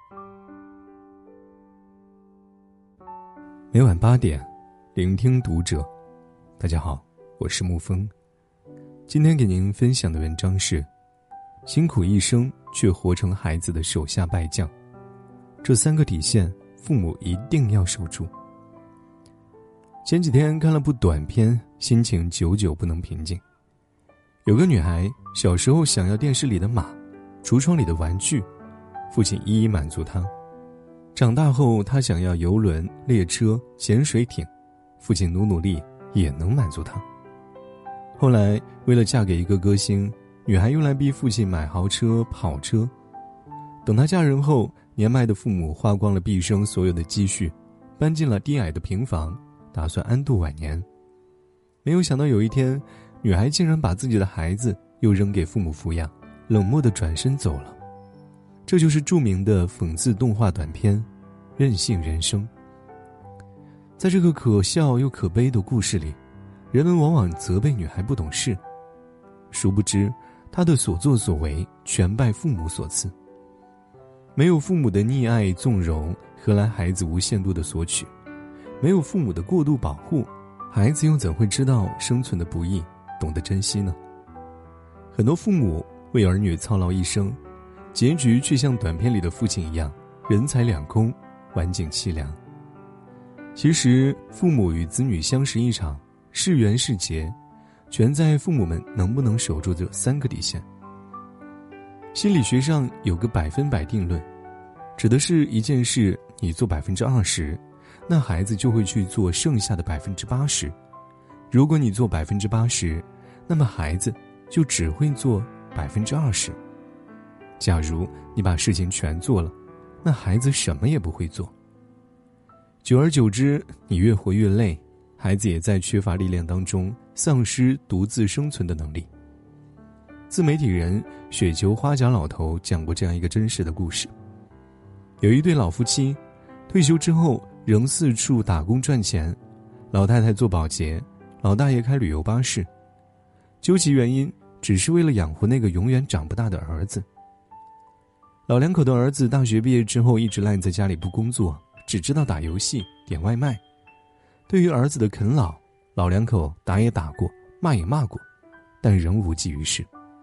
每晚8点，聆听读者。大家好，我是沐风。今天给您分享的文章是：辛苦一生却活成孩子的手下败将，这3个底线，父母一定要守住。前几天看了部短片，心情久久不能平静。有个女孩小时候想要电视里的马，橱窗里的玩具，父亲一一满足她。长大后她想要游轮、列车、潜水艇，父亲努力也能满足她。后来为了嫁给一个歌星，女孩又来逼父亲买豪车、跑车。等她嫁人后，年迈的父母花光了毕生所有的积蓄，搬进了低矮的平房，打算安度晚年。没有想到有一天，女孩竟然把自己的孩子又扔给父母抚养，冷漠地转身走了。这就是著名的讽刺动画短片《任性人生》。在这个可笑又可悲的故事里，人们往往责备女孩不懂事，殊不知她的所作所为全拜父母所赐。没有父母的溺爱纵容，何来孩子无限度的索取？没有父母的过度保护，孩子又怎会知道生存的不易，懂得珍惜呢？很多父母为儿女操劳一生，结局却像短片里的父亲一样，人财两空，晚景凄凉。其实父母与子女相识一场，是缘是劫，全在父母们能不能守住这3个底线。心理学上有个100%定论，指的是一件事你做20%，那孩子就会去做剩下的80%。如果你做80%，那么孩子就只会做20%。假如你把事情全做了，那孩子什么也不会做。久而久之，你越活越累，孩子也在缺乏力量当中丧失独自生存的能力。自媒体人雪球花甲老头讲过这样一个真实的故事。有一对老夫妻，退休之后仍四处打工赚钱，老太太做保洁，老大爷开旅游巴士。究其原因，只是为了养活那个永远长不大的儿子。老两口的儿子大学毕业之后一直赖在家里不工作，只知道打游戏、点外卖。对于儿子的啃老，老两口打也打过，骂也骂过，但仍无济于事。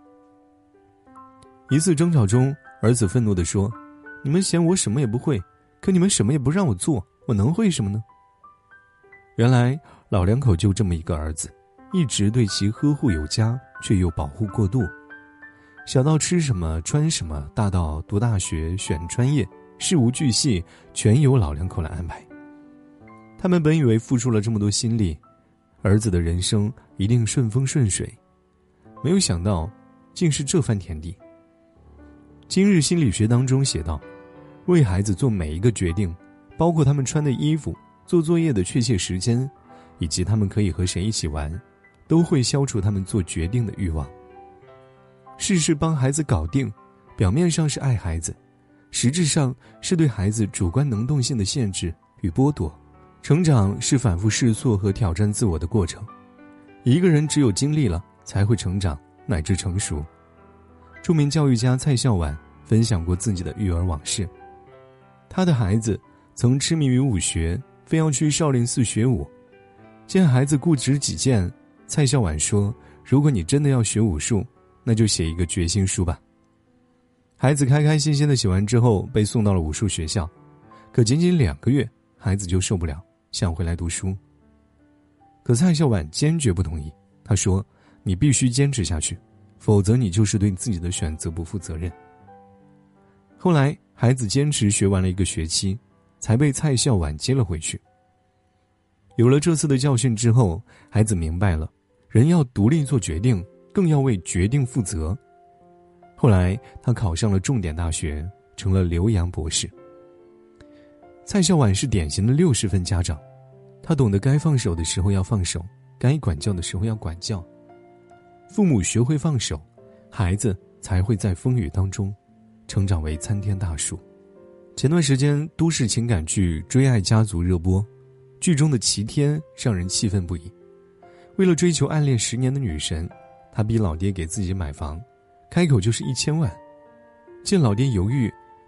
一次争吵中，儿子愤怒地说：“你们嫌我什么也不会，可你们什么也不让我做，我能会什么呢？”原来老两口就这么一个儿子，一直对其呵护有加，却又保护过度。小到吃什么穿什么，大到读大学选专业，事无巨细全由老两口来安排。他们本以为付出了这么多心力，儿子的人生一定顺风顺水，没有想到竟是这番田地。今日心理学当中写道，为孩子做每一个决定，包括他们穿的衣服、做作业的确切时间，以及他们可以和谁一起玩，都会消除他们做决定的欲望。事事帮孩子搞定，表面上是爱孩子，实质上是对孩子主观能动性的限制与剥夺。成长是反复试错和挑战自我的过程，一个人只有经历了，才会成长乃至成熟。著名教育家蔡孝婉分享过自己的育儿往事。他的孩子曾痴迷于武学，非要去少林寺学武。见孩子固执己见，蔡孝婉说：“如果你真的要学武术，那就写一个决心书吧。”孩子开开心心的写完之后，被送到了武术学校。可仅仅2个月，孩子就受不了，想回来读书。可蔡孝婉坚决不同意，他说：“你必须坚持下去，否则你就是对自己的选择不负责任。”后来孩子坚持学完了1个学期，才被蔡孝婉接了回去。有了这次的教训之后，孩子明白了，人要独立做决定，更要为决定负责。后来他考上了重点大学，成了留洋博士。蔡孝婉是典型的60分家长，他懂得该放手的时候要放手，该管教的时候要管教。父母学会放手，孩子才会在风雨当中成长为参天大树。前段时间都市情感剧《追爱家族》热播，剧中的齐天让人气愤不已。为了追求暗恋10年的女神，他逼老爹给自己买房，开口就是1000万。见老爹犹豫，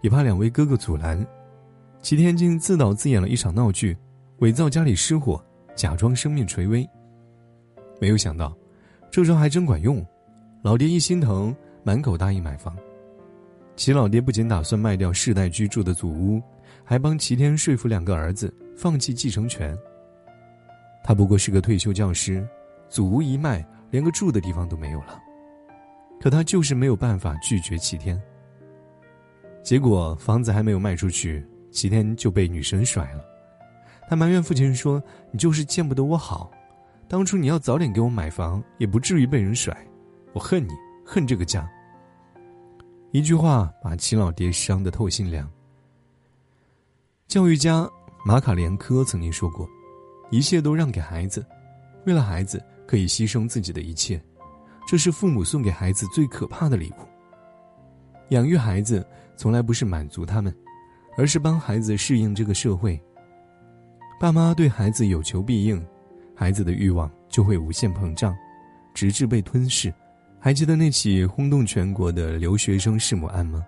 也怕两位哥哥阻拦，齐天竟自导自演了一场闹剧，伪造家里失火，假装生命垂危。没有想到这招还真管用，老爹一心疼，满口答应买房。齐老爹不仅打算卖掉世代居住的祖屋，还帮齐天说服2个儿子放弃继承权。他不过是个退休教师，祖屋一卖，连个住的地方都没有了。可他就是没有办法拒绝齐天。结果房子还没有卖出去，齐天就被女神甩了。他埋怨父亲说：“你就是见不得我好，当初你要早点给我买房，也不至于被人甩。我恨你，恨这个家。”一句话把齐老爹伤得透心凉。教育家马卡连科曾经说过，一切都让给孩子，为了孩子可以牺牲自己的一切，这是父母送给孩子最可怕的礼物。养育孩子从来不是满足他们，而是帮孩子适应这个社会。爸妈对孩子有求必应，孩子的欲望就会无限膨胀，直至被吞噬。还记得那起轰动全国的留学生弑母案吗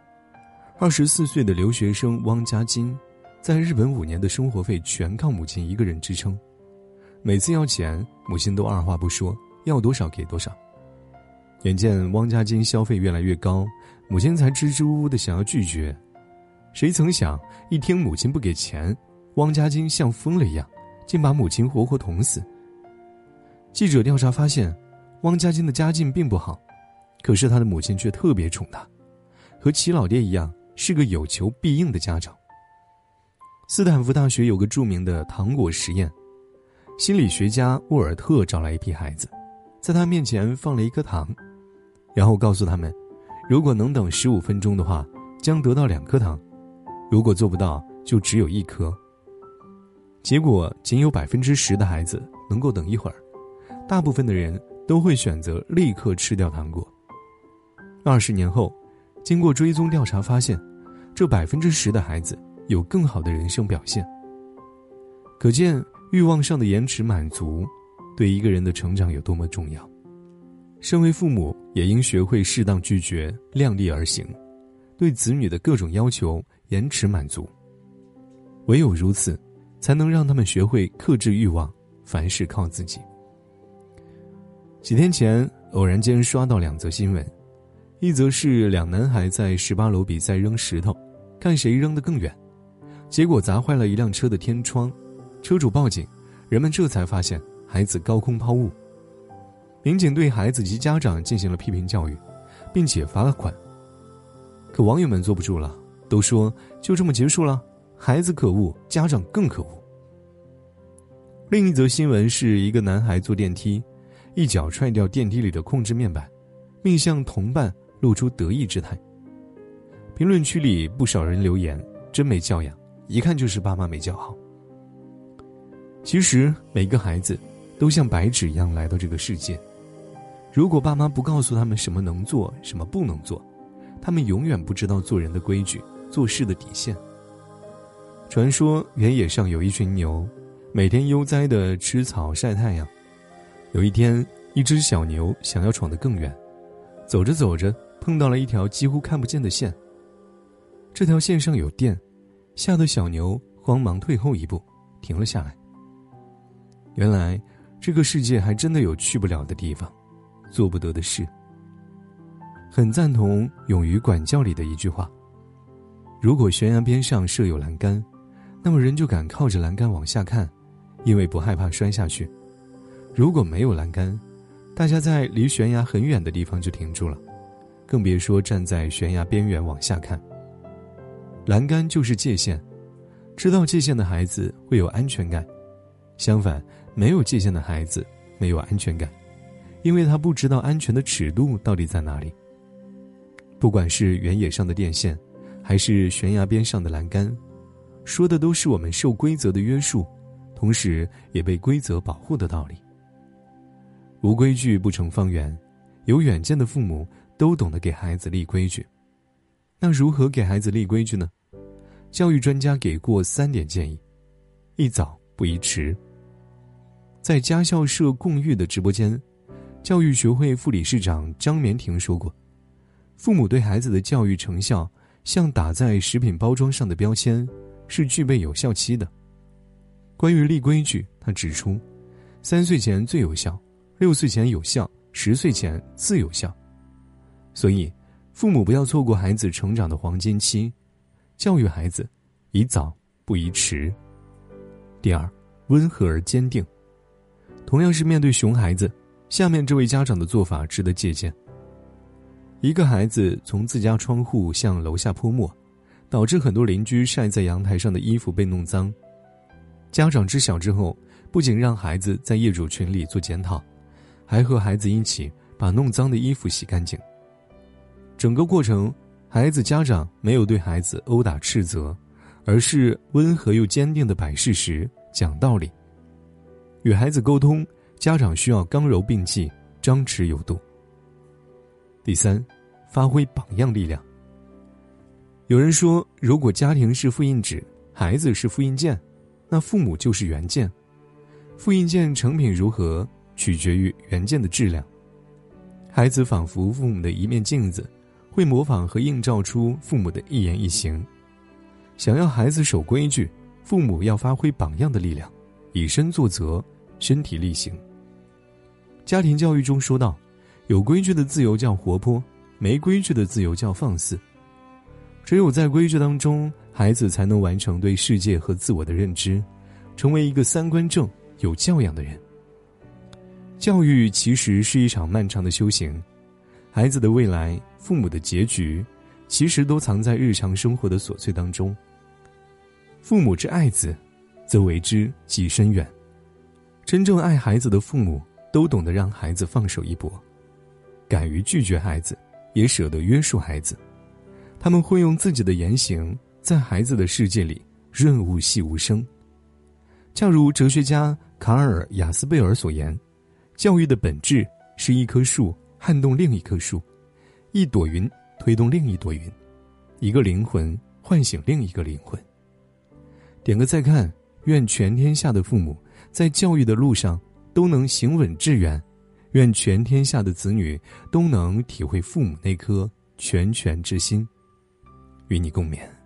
？24岁的留学生汪家金，在日本5年的生活费全靠母亲一个人支撑。每次要钱，母亲都二话不说，要多少给多少。眼见汪家金消费越来越高，母亲才支支吾吾地想要拒绝。谁曾想，一听母亲不给钱，汪家金像疯了一样，竟把母亲活活捅死。记者调查发现，汪家金的家境并不好，可是他的母亲却特别宠他，和齐老爹一样，是个有求必应的家长。斯坦福大学有个著名的糖果实验，心理学家沃尔特找来一批孩子，在他面前放了一颗糖，然后告诉他们，如果能等15分钟的话，将得到2颗糖，如果做不到，就只有1颗。结果仅有10%的孩子能够等一会儿，大部分的人都会选择立刻吃掉糖果。20年后，经过追踪调查发现，这10%的孩子有更好的人生表现。可见欲望上的延迟满足对一个人的成长有多么重要。身为父母也应学会适当拒绝，量力而行，对子女的各种要求延迟满足。唯有如此，才能让他们学会克制欲望，凡事靠自己。几天前偶然间刷到2则新闻，一则是2男孩在18楼比赛扔石头，看谁扔得更远，结果砸坏了一辆车的天窗，车主报警，人们这才发现孩子高空抛物。民警对孩子及家长进行了批评教育，并且罚了款。可网友们坐不住了，都说就这么结束了？孩子可恶，家长更可恶。另一则新闻是一个男孩坐电梯，一脚踹掉电梯里的控制面板，并向同伴露出得意之态。评论区里不少人留言，真没教养，一看就是爸妈没教好。其实每个孩子都像白纸一样来到这个世界，如果爸妈不告诉他们什么能做，什么不能做，他们永远不知道做人的规矩，做事的底线。传说原野上有一群牛，每天悠哉地吃草晒太阳。有一天，一只小牛想要闯得更远，走着走着碰到了一条几乎看不见的线。这条线上有电，吓得小牛慌忙退后一步，停了下来。原来这个世界还真的有去不了的地方，做不得的事。很赞同《勇于管教》里的一句话，如果悬崖边上设有栏杆，那么人就敢靠着栏杆往下看，因为不害怕摔下去。如果没有栏杆，大家在离悬崖很远的地方就停住了，更别说站在悬崖边缘往下看。栏杆就是界限，知道界限的孩子会有安全感，相反，没有界限的孩子没有安全感，因为他不知道安全的尺度到底在哪里。不管是原野上的电线，还是悬崖边上的栏杆，说的都是我们受规则的约束，同时也被规则保护的道理。无规矩不成方圆，有远见的父母都懂得给孩子立规矩。那如何给孩子立规矩呢？教育专家给过3点建议：宜早不宜迟。在家校社共育的直播间，教育学会副理事长张绵婷说过，父母对孩子的教育成效像打在食品包装上的标签是具备有效期的。关于立规矩，他指出，3岁前最有效，6岁前有效，10岁前次有效。所以父母不要错过孩子成长的黄金期，教育孩子宜早不宜迟。第二，温和而坚定。同样是面对熊孩子，下面这位家长的做法值得借鉴。一个孩子从自家窗户向楼下泼墨，导致很多邻居晒在阳台上的衣服被弄脏。家长知晓之后，不仅让孩子在业主群里做检讨，还和孩子一起把弄脏的衣服洗干净。整个过程，孩子家长没有对孩子殴打斥责，而是温和又坚定地摆事实、讲道理。与孩子沟通，家长需要刚柔并济，张弛有度。第三，发挥榜样力量。有人说，如果家庭是复印纸，孩子是复印件，那父母就是原件。复印件成品如何，取决于原件的质量。孩子仿佛父母的一面镜子，会模仿和映照出父母的一言一行。想要孩子守规矩，父母要发挥榜样的力量，以身作则，身体力行。家庭教育中说到，有规矩的自由叫活泼，没规矩的自由叫放肆。只有在规矩当中，孩子才能完成对世界和自我的认知，成为一个三观正、有教养的人。教育其实是一场漫长的修行，孩子的未来、父母的结局，其实都藏在日常生活的琐碎当中。父母之爱子，则为之计深远。真正爱孩子的父母，都懂得让孩子放手一搏，敢于拒绝孩子，也舍得约束孩子。他们会用自己的言行，在孩子的世界里润物细无声。恰如哲学家卡尔·雅斯贝尔所言，教育的本质是一棵树撼动另一棵树，一朵云推动另一朵云，一个灵魂唤醒另一个灵魂。点个再看，愿全天下的父母在教育的路上都能行稳致远，愿全天下的子女都能体会父母那颗拳拳之心。与你共勉。